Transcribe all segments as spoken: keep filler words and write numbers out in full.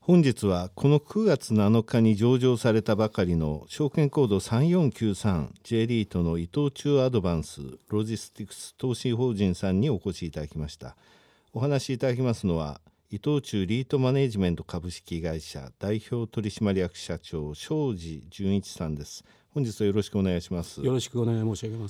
本日はこのくがつなのかに上場されたばかりの証券コードさんよんきゅうさん J リートの伊藤忠アドバンスロジスティクス投資法人さんにお越しいただきました。お話しいただきますのは伊藤忠リートマネジメント株式会社代表取締役社長庄司純一さんです。本日はよろしくお願いします。 よろしくお願い申し上げます。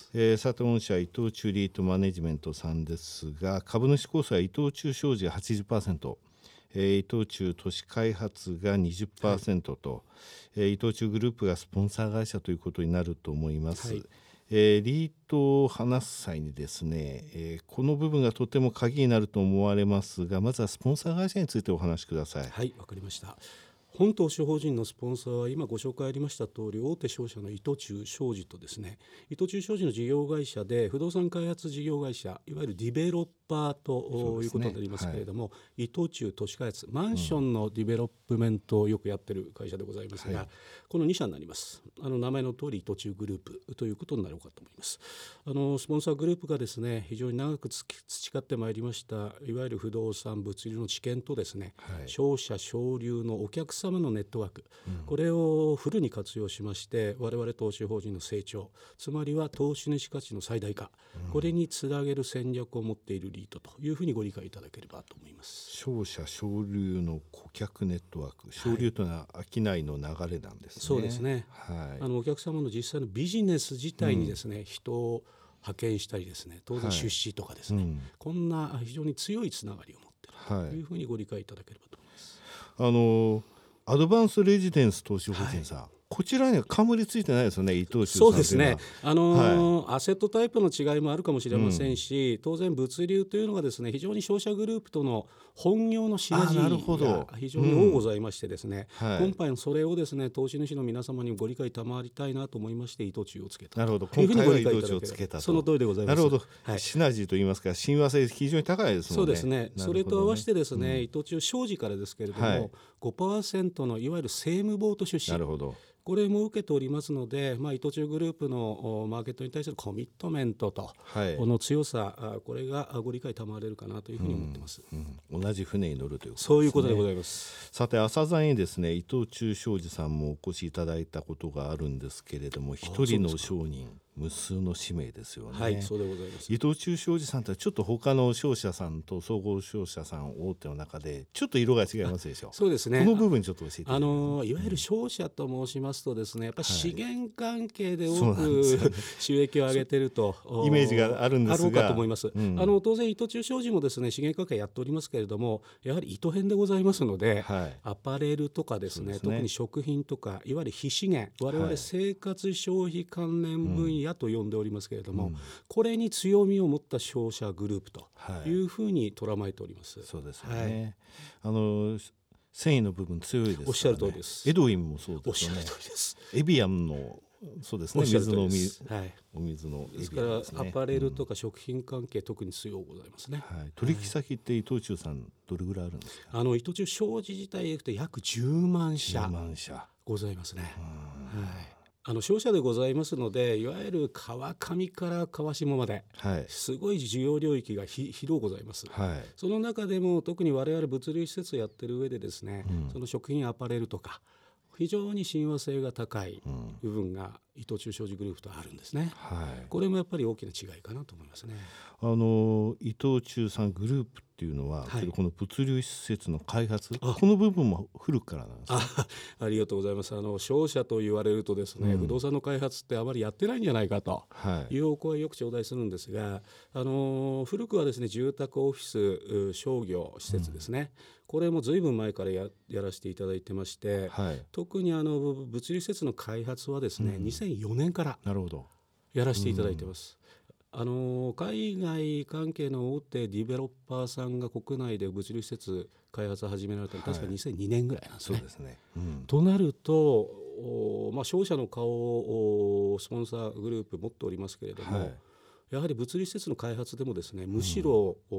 えー、さて御社伊藤忠リートマネジメントさんですが、株主構成は伊藤忠商事が はちじゅっパーセント、えー、伊藤忠都市開発が にじゅっパーセント と、はいえー、伊藤忠グループがスポンサー会社ということになると思います。はいえー、リートを話す際にですね、えー、この部分がとても鍵になると思われますが、まずはスポンサー会社についてお話しください。 はい、わかりました。本投資法人のスポンサーは今ご紹介ありました通り大手商社の伊藤忠商事とですね、伊藤忠商事の事業会社で不動産開発事業会社いわゆるディベロッパーということになりますけれども、はい、伊藤忠都市開発マンションのディベロップメントをよくやってる会社でございますが、はい、このに社になります。あの名前の通り伊藤忠グループということになろうかと思います。あのスポンサーグループがですね非常に長く培ってまいりましたいわゆる不動産物流の知見とですね、はい、商社商流のお客様のネットワーク、うん、これをフルに活用しまして我々投資法人の成長つまりは投資主価値の最大化、うん、これにつなげる戦略を持っているリートというふうにご理解いただければと思います。 商社商流の顧客ネットワーク、商流というのは商いの流れなんですね。 そうですね、 はい、 あのお客様の実際のビジネス自体にですね、うん、人を派遣したりですね当然出資とかですね、はいうん、こんな非常に強いつながりを持っているというふうにご理解いただければと思います。 はい、あのアドバンスレジデンス投資法人さん、はい、こちらには冠ついてないですよね、伊藤忠さん。 そうですね、あのーはい、アセットタイプの違いもあるかもしれませんし、うん、当然物流というのがですね非常に商社グループとの本業のシナジーが非常に多ございましてですね、うんはい、今回それをですね投資主の皆様にご理解賜りたいなと思いまして伊藤忠をつけた。 なるほど、今回は伊藤忠をつけたと。 その通りでございます。 なるほど、はい、シナジーといいますか親和性非常に高いですもんね。 そうですね、それと合わせてですね、うん、伊藤忠商事からですけれども、はい、ごパーセント のいわゆる政務ボート出資、 なるほど、 これも受けておりますので、まあ、伊藤忠グループのマーケットに対するコミットメントと、はい、この強さこれがご理解賜れるかなというふうに思ってます。 うんうん、同じ船に乗るということですね。 そういうことでございます。 さて朝鮮にですね伊藤忠商事さんもお越しいただいたことがあるんですけれども、一人の商人無数の使命ですよね。 はい、そうでございます。 伊藤忠商事さんとはちょっと他の商社さんと総合商社さん大手の中でちょっと色が違いますでしょう。 そうですね、 この部分ちょっと教えていただきます。 あのいわゆる商社と申しますとですねやっぱり資源関係で多く、はい、収益を上げているとイメージがあるんですがあろうかと思います。うん、あの当然伊藤忠商事もですね資源関係やっておりますけれどもやはり糸編でございますので、はい、アパレルとかですね、ですね特に食品とかいわゆる非資源我々生活消費関連分野と呼んでおりますけれども、うん、これに強みを持った商社グループというふうに捉まえております。 はい、そうですよね、はい、あの繊維の部分強いですからね。 おっしゃる通りです。 エドウィンもそうですよね。 おっしゃる通りです。 エビアンのそうですね、水の水、はい、お水のエビアンですからですね、アパレルとか食品関係、うん、特に強いございますね。 はい、取引先って伊藤忠さんどれぐらいあるんですか。 あの伊藤忠商事自体でいくと約じゅうまんしゃございますね。 はい、 あの商社でございますのでいわゆる川上から川下まで、はい、すごい需要領域がひ広ございます。はい、その中でも特に我々物流施設をやってる上でですね、うん、その食品アパレルとか非常に親和性が高い部分が伊藤忠商事グループとあるんですね。はい、これもやっぱり大きな違いかなと思いますね。 あの伊藤忠さんグループっていうのは、はい、この物流施設の開発この部分も古くからなんですか。 あ, ありがとうございます。あの商社と言われるとですね、うん、不動産の開発ってあまりやってないんじゃないかというお声をよく頂戴するんですが、あの古くはですね住宅オフィス商業施設ですね、うん、これもずいぶん前から や, やらせていただいてまして、はい、特にあの物流施設の開発はですね、うん、にせんよねんからやらせていただいてます。あの海外関係の大手ディベロッパーさんが国内で物流施設開発を始められたのは確かにせんにねんぐらいなんですね。 そうですね、うん、 となると、まあ、商社の顔をスポンサーグループ持っておりますけれども、はい、やはり物流施設の開発でもですねむしろ、うん、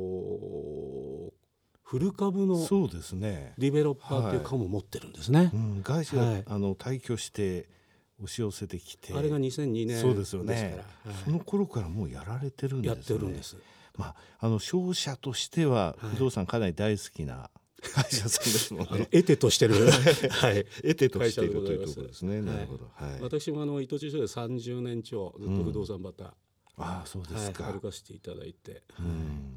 フル株のディベロッパーという顔も持ってるんですね。 うん、外資が、はい、あの退去して押し寄せてきてあれがにせんにねんですから。そうですよね、 はい、その頃からもうやられてるんですね。 やってるんです。 まあ、あの商社としては不動産かなり大好きな会社さんですもんあのね。 得手としてる、はい、 得手としていると会社でございますいうところですね。なるほど。はい。 私もあの伊藤忠商事でさんじゅうねん超ずっと不動産バター、 ああ、そうですか。 はい、歩かせていただいて、 うん。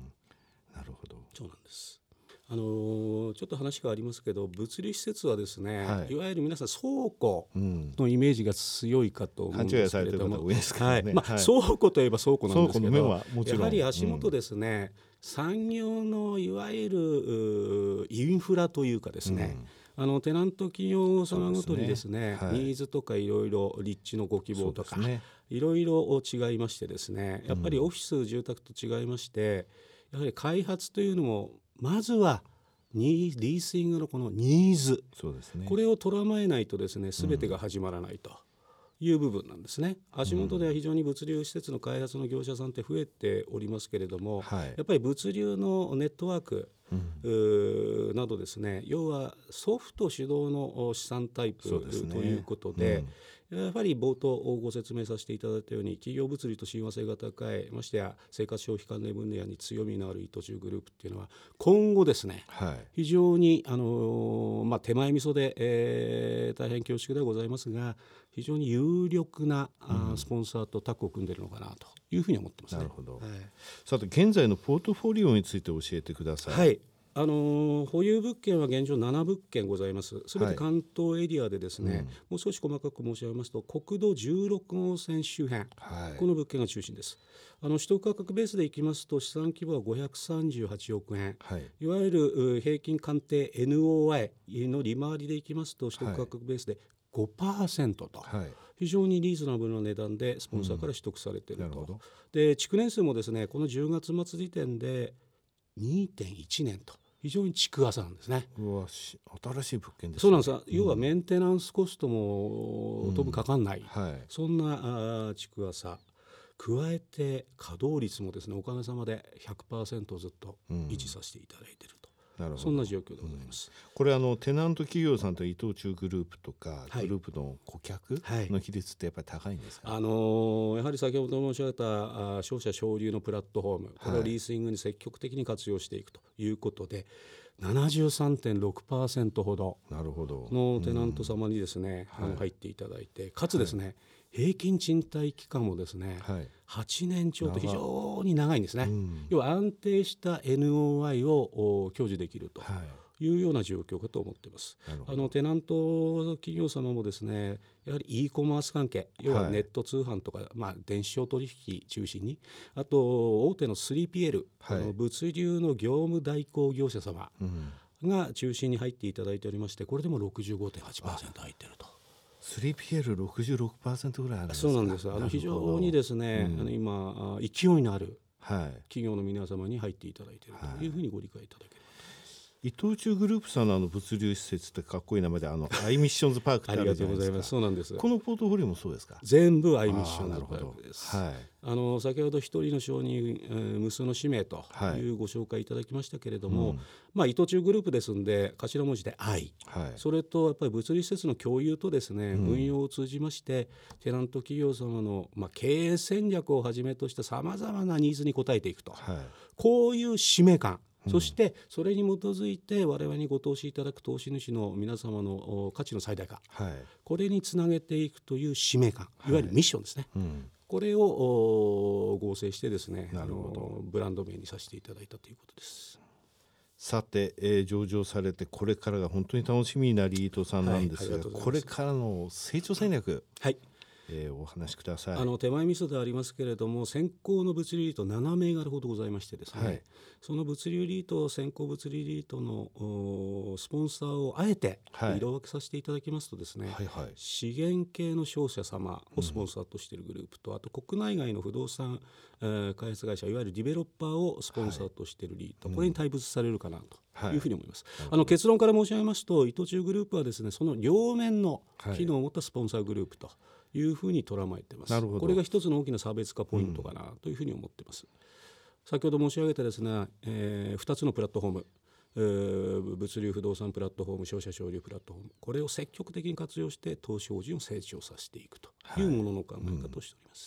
なるほど。 そうなんです。あのーちょっと話がありますけど、物流施設はですね、 はいいわゆる皆さん倉庫うん。 のイメージが強いかと思うんですけれども、 勘違いされてる方多いですけどねはい、まあ、 はい倉庫といえば倉庫なんですけど、 倉庫の面はもちろんやはり足元ですね、産業のいわゆるうーインフラというかですね、あのテナント企業様ごとにですね、 そうですねはいニーズとかいろいろ立地のご希望とか、 そうですねいろいろ違いましてですね、やっぱりオフィス住宅と違いまして、やはり開発というのもまずはニーリーシングのこのニーズ、 そうですね。 これを捉まえないとですね、全てが始まらないという部分なんですね。足元では非常に物流施設の開発の業者さんって増えておりますけれども、 はいやっぱり物流のネットワーク、うーなどですね、要はソフト主導の資産タイプそうですねということで、やはり冒頭ご説明させていただいたように、企業物流と親和性が高い、ましてや生活消費関連分野に強みのある伊藤忠グループっていうのは今後ですね、 はい非常に、あのーまあ、手前味噌で、えー大変恐縮ではございますが、非常に有力な、あースポンサーとタッグを組んでいるのかなというふうに思ってますね。 なるほど。 はいさて現在のポートフォリオについて教えてください。 はい、あのー保有物件は現状なな物件ございます。すべて関東エリアでですね、もう少し細かく申し上げますと、国道じゅうろく号線周辺、 はいこの物件が中心です。あの取得価格ベースでいきますと、資産規模はごひゃくさんじゅうはちおくえん、 はいいわゆるう平均鑑定 エヌオーアイ の利回りでいきますと、取得価格ベースで ごパーセント と、 はい非常にリーズナブルな値段でスポンサーから取得されていると、 なるほど。 で築年数もですね、このじゅうがつ末時点で にてんいちねんと、非常に築浅なんですね。 うわし新しい物件ですね。 そうなんです。要はメンテナンスコストも当分かかんない、 はいそんなあー築浅、加えて稼働率もですね、おかげさまで ひゃくパーセント ずっと維持させていただいていると、 なるほど。 そんな状況でございます。 これあのテナント企業さんと伊藤忠グループとか、 はいグループの顧客はいの比率ってやっぱり高いんですか。 あのーやはり先ほど申し上げたあー商社商流のプラットフォーム、これをリースイングに積極的に活用していくということで、ななじゅうさんてんろくパーセント ほどなるほど。 のテナント様にですね、あの入っていただいて、かつですね、平均賃貸期間もですね、 はいはちねん超と非常に長いんですね。 うん要は安定した エヌオーアイ をお享受できるとはいいうような状況かと思っています。 なるほどあのテナント企業様もですね、やはり e コマース関係、要はネット通販とか、まあ、電子商取引中心に、あと大手の スリーピーエル、 はいあの物流の業務代行業者様うんが中心に入っていただいておりまして、これでも ろくじゅうごてんはちパーセント 入っていると。 スリーピーエルろくじゅうろくパーセント ぐらいあるんですか。 そうなんです。あの非常にですね、あの今あ勢いのあるはい企業の皆様に入っていただいているというふうにご理解いただければ。 伊藤忠グループさんのあの物流施設ってかっこいい名前であのアイミッションズパークってあありがるじゃないですか。 とうございます。そうなんです。 このポートフォリオもそうですか。 全部アイミッションズパあーなるほどークです。 はいあの先ほど一人の承認、えー無数の使命とはいいうご紹介いただきましたけれども、 うんまあ伊藤忠グループですんで頭文字で愛、 はいそれとやっぱり物流施設の共有とですね、運用を通じましてテナント企業様の、まあ、経営戦略をはじめとしたさまざまなニーズに応えていくと、 はいこういう使命感、そしてそれに基づいて我々にご投資いただく投資主の皆様のお価値の最大化、 はいこれにつなげていくという使命感、いわゆるミッションですね、 うんこれをお合成してですね、 なるほどあのブランド名にさせていただいたということです。 さて、えー上場されてこれからが本当に楽しみなリートさんなんですが、 はいありがとうございこますれからの成長戦略、 はい、 えーお話しください。 あの手前味噌でありますけれども、先行の物流リートなな銘柄ほどございましてですね、 はいその物流リート、先行物流リートのおスポンサーをあえてはい色分けさせていただきますとですね、 はいはい資源系の商社様をスポンサーとしているグループと、あと国内外の不動産、えー開発会社、いわゆるディベロッパーをスポンサーとしているリート、これに対物されるかなというふうに思います。あの結論から申し上げますと、伊藤忠グループはですね、その両面の機能を持ったスポンサーグループというふうに捉まえています。 なるほどこれが一つの大きな差別化ポイントかなというふうに思っています。先ほど申し上げたですね、えー、ふたつのプラットフォーム、えー物流不動産プラットフォーム、商社商流プラットフォーム、これを積極的に活用して投資法人を成長させていくというものの考え方をしております。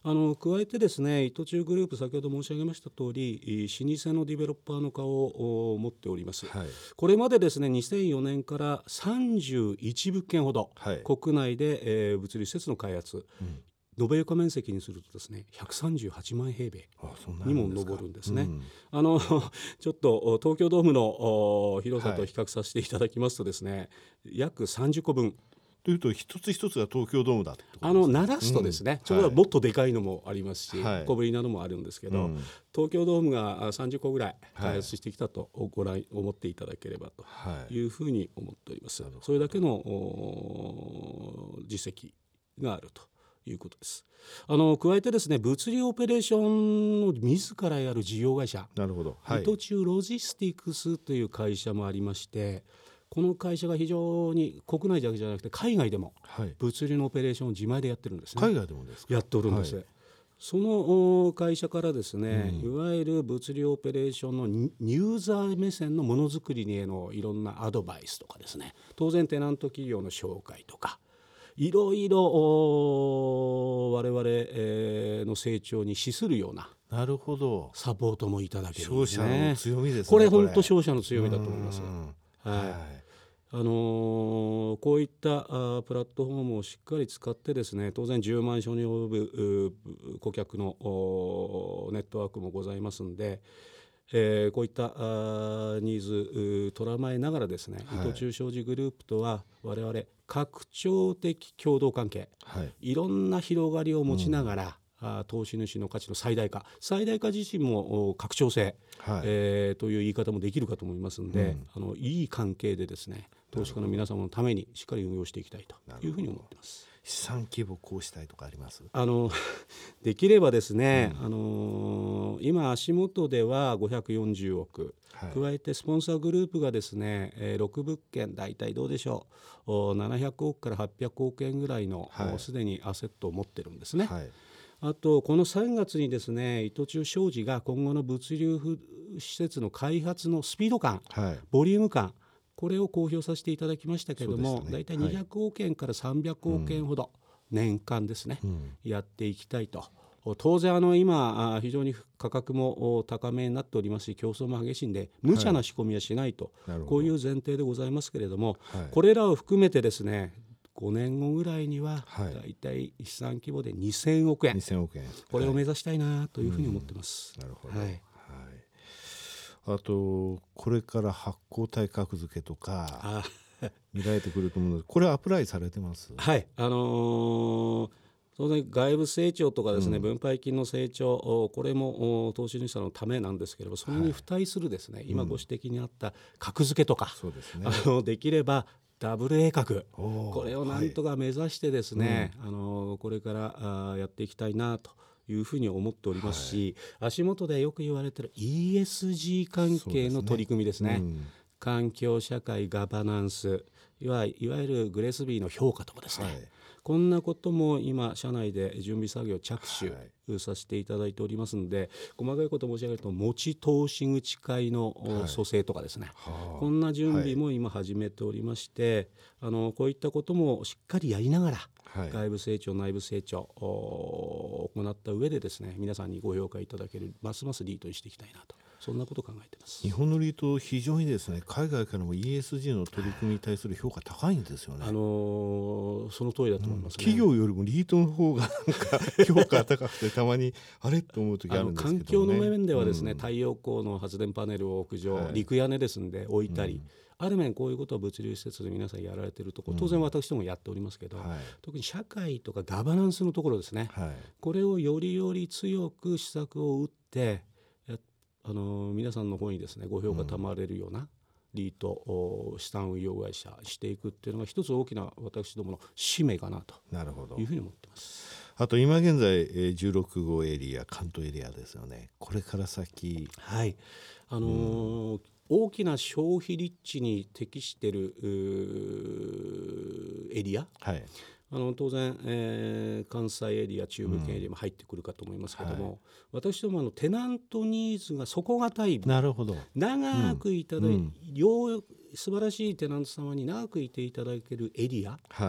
あの加えてですね、伊藤忠グループ、先ほど申し上げました通り、老舗のディベロッパーの顔を持っております、 はい、 これまでですねにせんよねんからさんじゅういちぶっけんほど、 はい、 国内で、えー、物流施設の開発、うん、延べ床面積にするとですねひゃくさんじゅうはちまんへいべいにも上るんですね。うん、あのちょっと東京ドームの広さと比較させていただきますとですね、はい、約さんじゅっこぶんというと一つ一つが東京ドームだってことですか。 あの鳴らすとですね、うん、ちょうどもっとでかいのもありますし、 はい、 小ぶりなのもあるんですけど、うん、東京ドームがさんじゅっこぐらい開発してきたとご覧思っていただければというふうに思っております、はい、それだけの実績があるということです。あの加えてですね、物流オペレーションを自らやる事業会社、 なるほど、はい、 伊藤忠ロジスティクスという会社もありまして、この会社が非常に国内だけじゃなくて海外でも物流のオペレーションを自前でやってるんですね。 海外でもですか。 やっておるんです、はい、その会社からですね、うん、いわゆる物流オペレーションのユーザー目線のものづくりへのいろんなアドバイスとかですね、当然テナント企業の紹介とかいろいろ我々、えー、の成長に資するようななるほどサポートもいただけるんですね。 商社の強みですね。 これ本当商社の強みだと思います。はい、 はい、 あのー、こういったあプラットフォームをしっかり使ってですね、当然じゅうまんしょに及ぶ顧客のネットワークもございますんで、えー、こういったあニーズ捉まえながらですね、はい、伊藤忠商事グループとは我々拡張的共同関係、はい、いろんな広がりを持ちながら、うん、あ投資主の価値の最大化最大化自身も拡張性、はい、えー、という言い方もできるかと思いますので、うん、あのいい関係でですね、投資家の皆様のためにしっかり運用していきたいというふうに思っています。 資産規模こうしたいとかあります？ あのできればですね、うん、あの今足元ではごひゃくよんじゅうおく、はい、加えてスポンサーグループがですね、えー、ろくぶっけんだいたいどうでしょうななひゃくおくからはっぴゃくおくえんぐらいのすで、はい、にアセットを持ってるんですね。はい、あとこのさんがつにですね、伊藤忠商事が今後の物流施設の開発のスピード感、はい、ボリューム感、これを公表させていただきましたけれども、だいたいにひゃくおくえんからさんびゃくおくえんほど年間ですね、うん、やっていきたいと。当然あの今非常に価格も高めになっておりますし、競争も激しいんで無茶な仕込みはしないと、はい、こういう前提でございますけれども、はい、これらを含めてですね、ごねんごぐらいにはだいたい資産規模でにせんおくえん、 にせんおくえん、 これを目指したいなというふうに思ってます。 うん、なるほど、はい、あとこれから発行体格付けとか見られてくると思うので、これアプライされてます？ はい、あのー、当然外部成長とかですね、うん、分配金の成長、これも投資主のためなんですけれども、それに付帯するですね、はい、今ご指摘にあった格付けとか、 そうですね、 あのできればダブル A 格、これをなんとか目指してですね、はい、あのこれからあやっていきたいなというふうに思っておりますし、はい、足元でよく言われている イーエスジー 関係の取り組みですね、うん、環境社会ガバナンス、いわいわゆるグレスビーの評価とかですね、はい、こんなことも今社内で準備作業着手させていただいておりますので、はい、細かいことを申し上げると持ち投資口会の蘇生とかですね、はい、こんな準備も今始めておりまして、はい、あのこういったこともしっかりやりながら、はい、外部成長内部成長を行った上でですね、皆さんにご評価いただけるますますリートにしていきたいなと、そんなことを考えています。 日本のリート非常にですね、海外からも イーエスジー の取り組みに対する評価高いんですよね。 あのー、その通りだと思いますね、 うん、企業よりもリートの方がなんか評価高くてたまにあれと思う時あるんですけどね。 環境の面ではですね、うん、太陽光の発電パネルを屋上、はい、陸屋根ですんで置いたり、うん、ある面こういうことは物流施設で皆さんやられているところ、当然私どもやっておりますけど、うん、はい、特に社会とかガバナンスのところですね、はい、これをよりより強く施策を打ってあの皆さんの方にですねご評価たまれるようなリート、資産運用会社していくっていうのが一つ大きな私どもの使命かなというふうに思っています。 あと今現在じゅうろくごうエリア、関東エリアですよね。これから先、 はい、あのーうん、大きな消費立地に適しているエリア、はい、あの当然、えー、関西エリア、中部圏エリアも入ってくるかと思いますけども、うん、はい、私どもあのテナントニーズが底堅い、 なるほど、 長くいただい、うん、素晴らしいテナント様に長くいていただけるエリア、はい、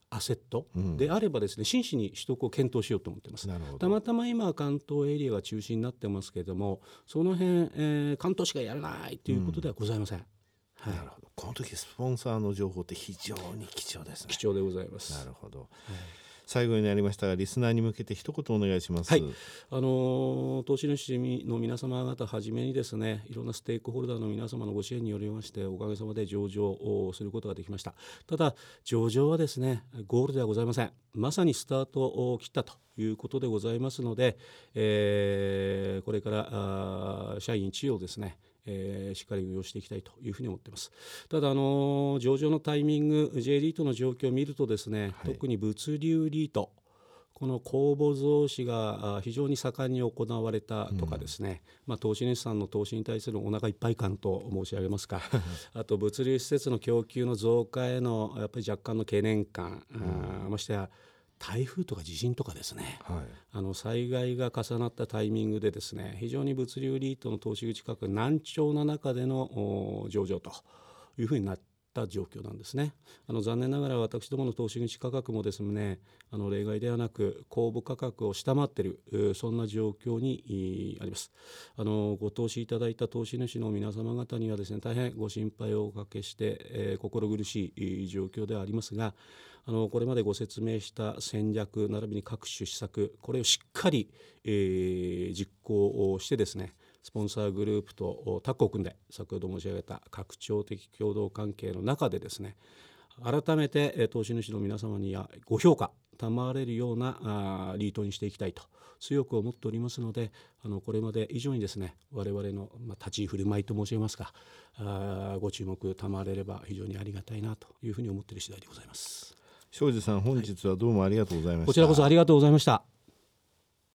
アセットであればですね、真摯に取得を検討しようと思っています。 なるほど。 たまたま今関東エリアが中心になってますけれども、その辺、えー、関東しかやらないということではございません。うん、 はい、なるほど。この時スポンサーの情報って非常に貴重ですね。 貴重でございます。 なるほど。はい、最後になりましたが、リスナーに向けて一言お願いします。 はい、あの投資主の皆様方はじめにですね、いろんなステークホルダーの皆様のご支援によりまして、おかげさまで上場をすることができました。ただ上場はですね、ゴールではございません。まさにスタートを切ったということでございますので、えー、これから社員一をですね、えー、しっかり運用していきたいというふうに思っています。ただ、あのー、上場のタイミング J リートの状況を見るとですね、はい、特に物流リート、この公募増資が非常に盛んに行われたとかですね、うん、まあ、投資主さんの投資に対するお腹いっぱい感と申し上げますかあと物流施設の供給の増加へのやっぱり若干の懸念感、うん、ましてや台風とか地震とかですね、はい、あの災害が重なったタイミングでですね、非常に物流リートの投資口価格難聴な中での上場というふうになった状況なんですね。あの残念ながら私どもの投資口価格もですね、あの例外ではなく公募価格を下回っている、そんな状況にあります。あのご投資いただいた投資主の皆様方にはですね、大変ご心配をおかけして、えー、心苦しい状況ではありますが、あのこれまでご説明した戦略並びに各種施策、これをしっかり、えー、実行をしてですね、スポンサーグループとタッグを組んで、先ほど申し上げた拡張的共同関係の中でですね、改めて投資主の皆様にはご評価賜れるようなあリートにしていきたいと強く思っておりますので、あのこれまで以上にですね、我々の、まあ、立ち居振る舞いと申し上げますか、あご注目賜れれば非常にありがたいなというふうに思っている次第でございます。 庄司さん、本日はどうもありがとうございました。 こちらこそありがとうございました。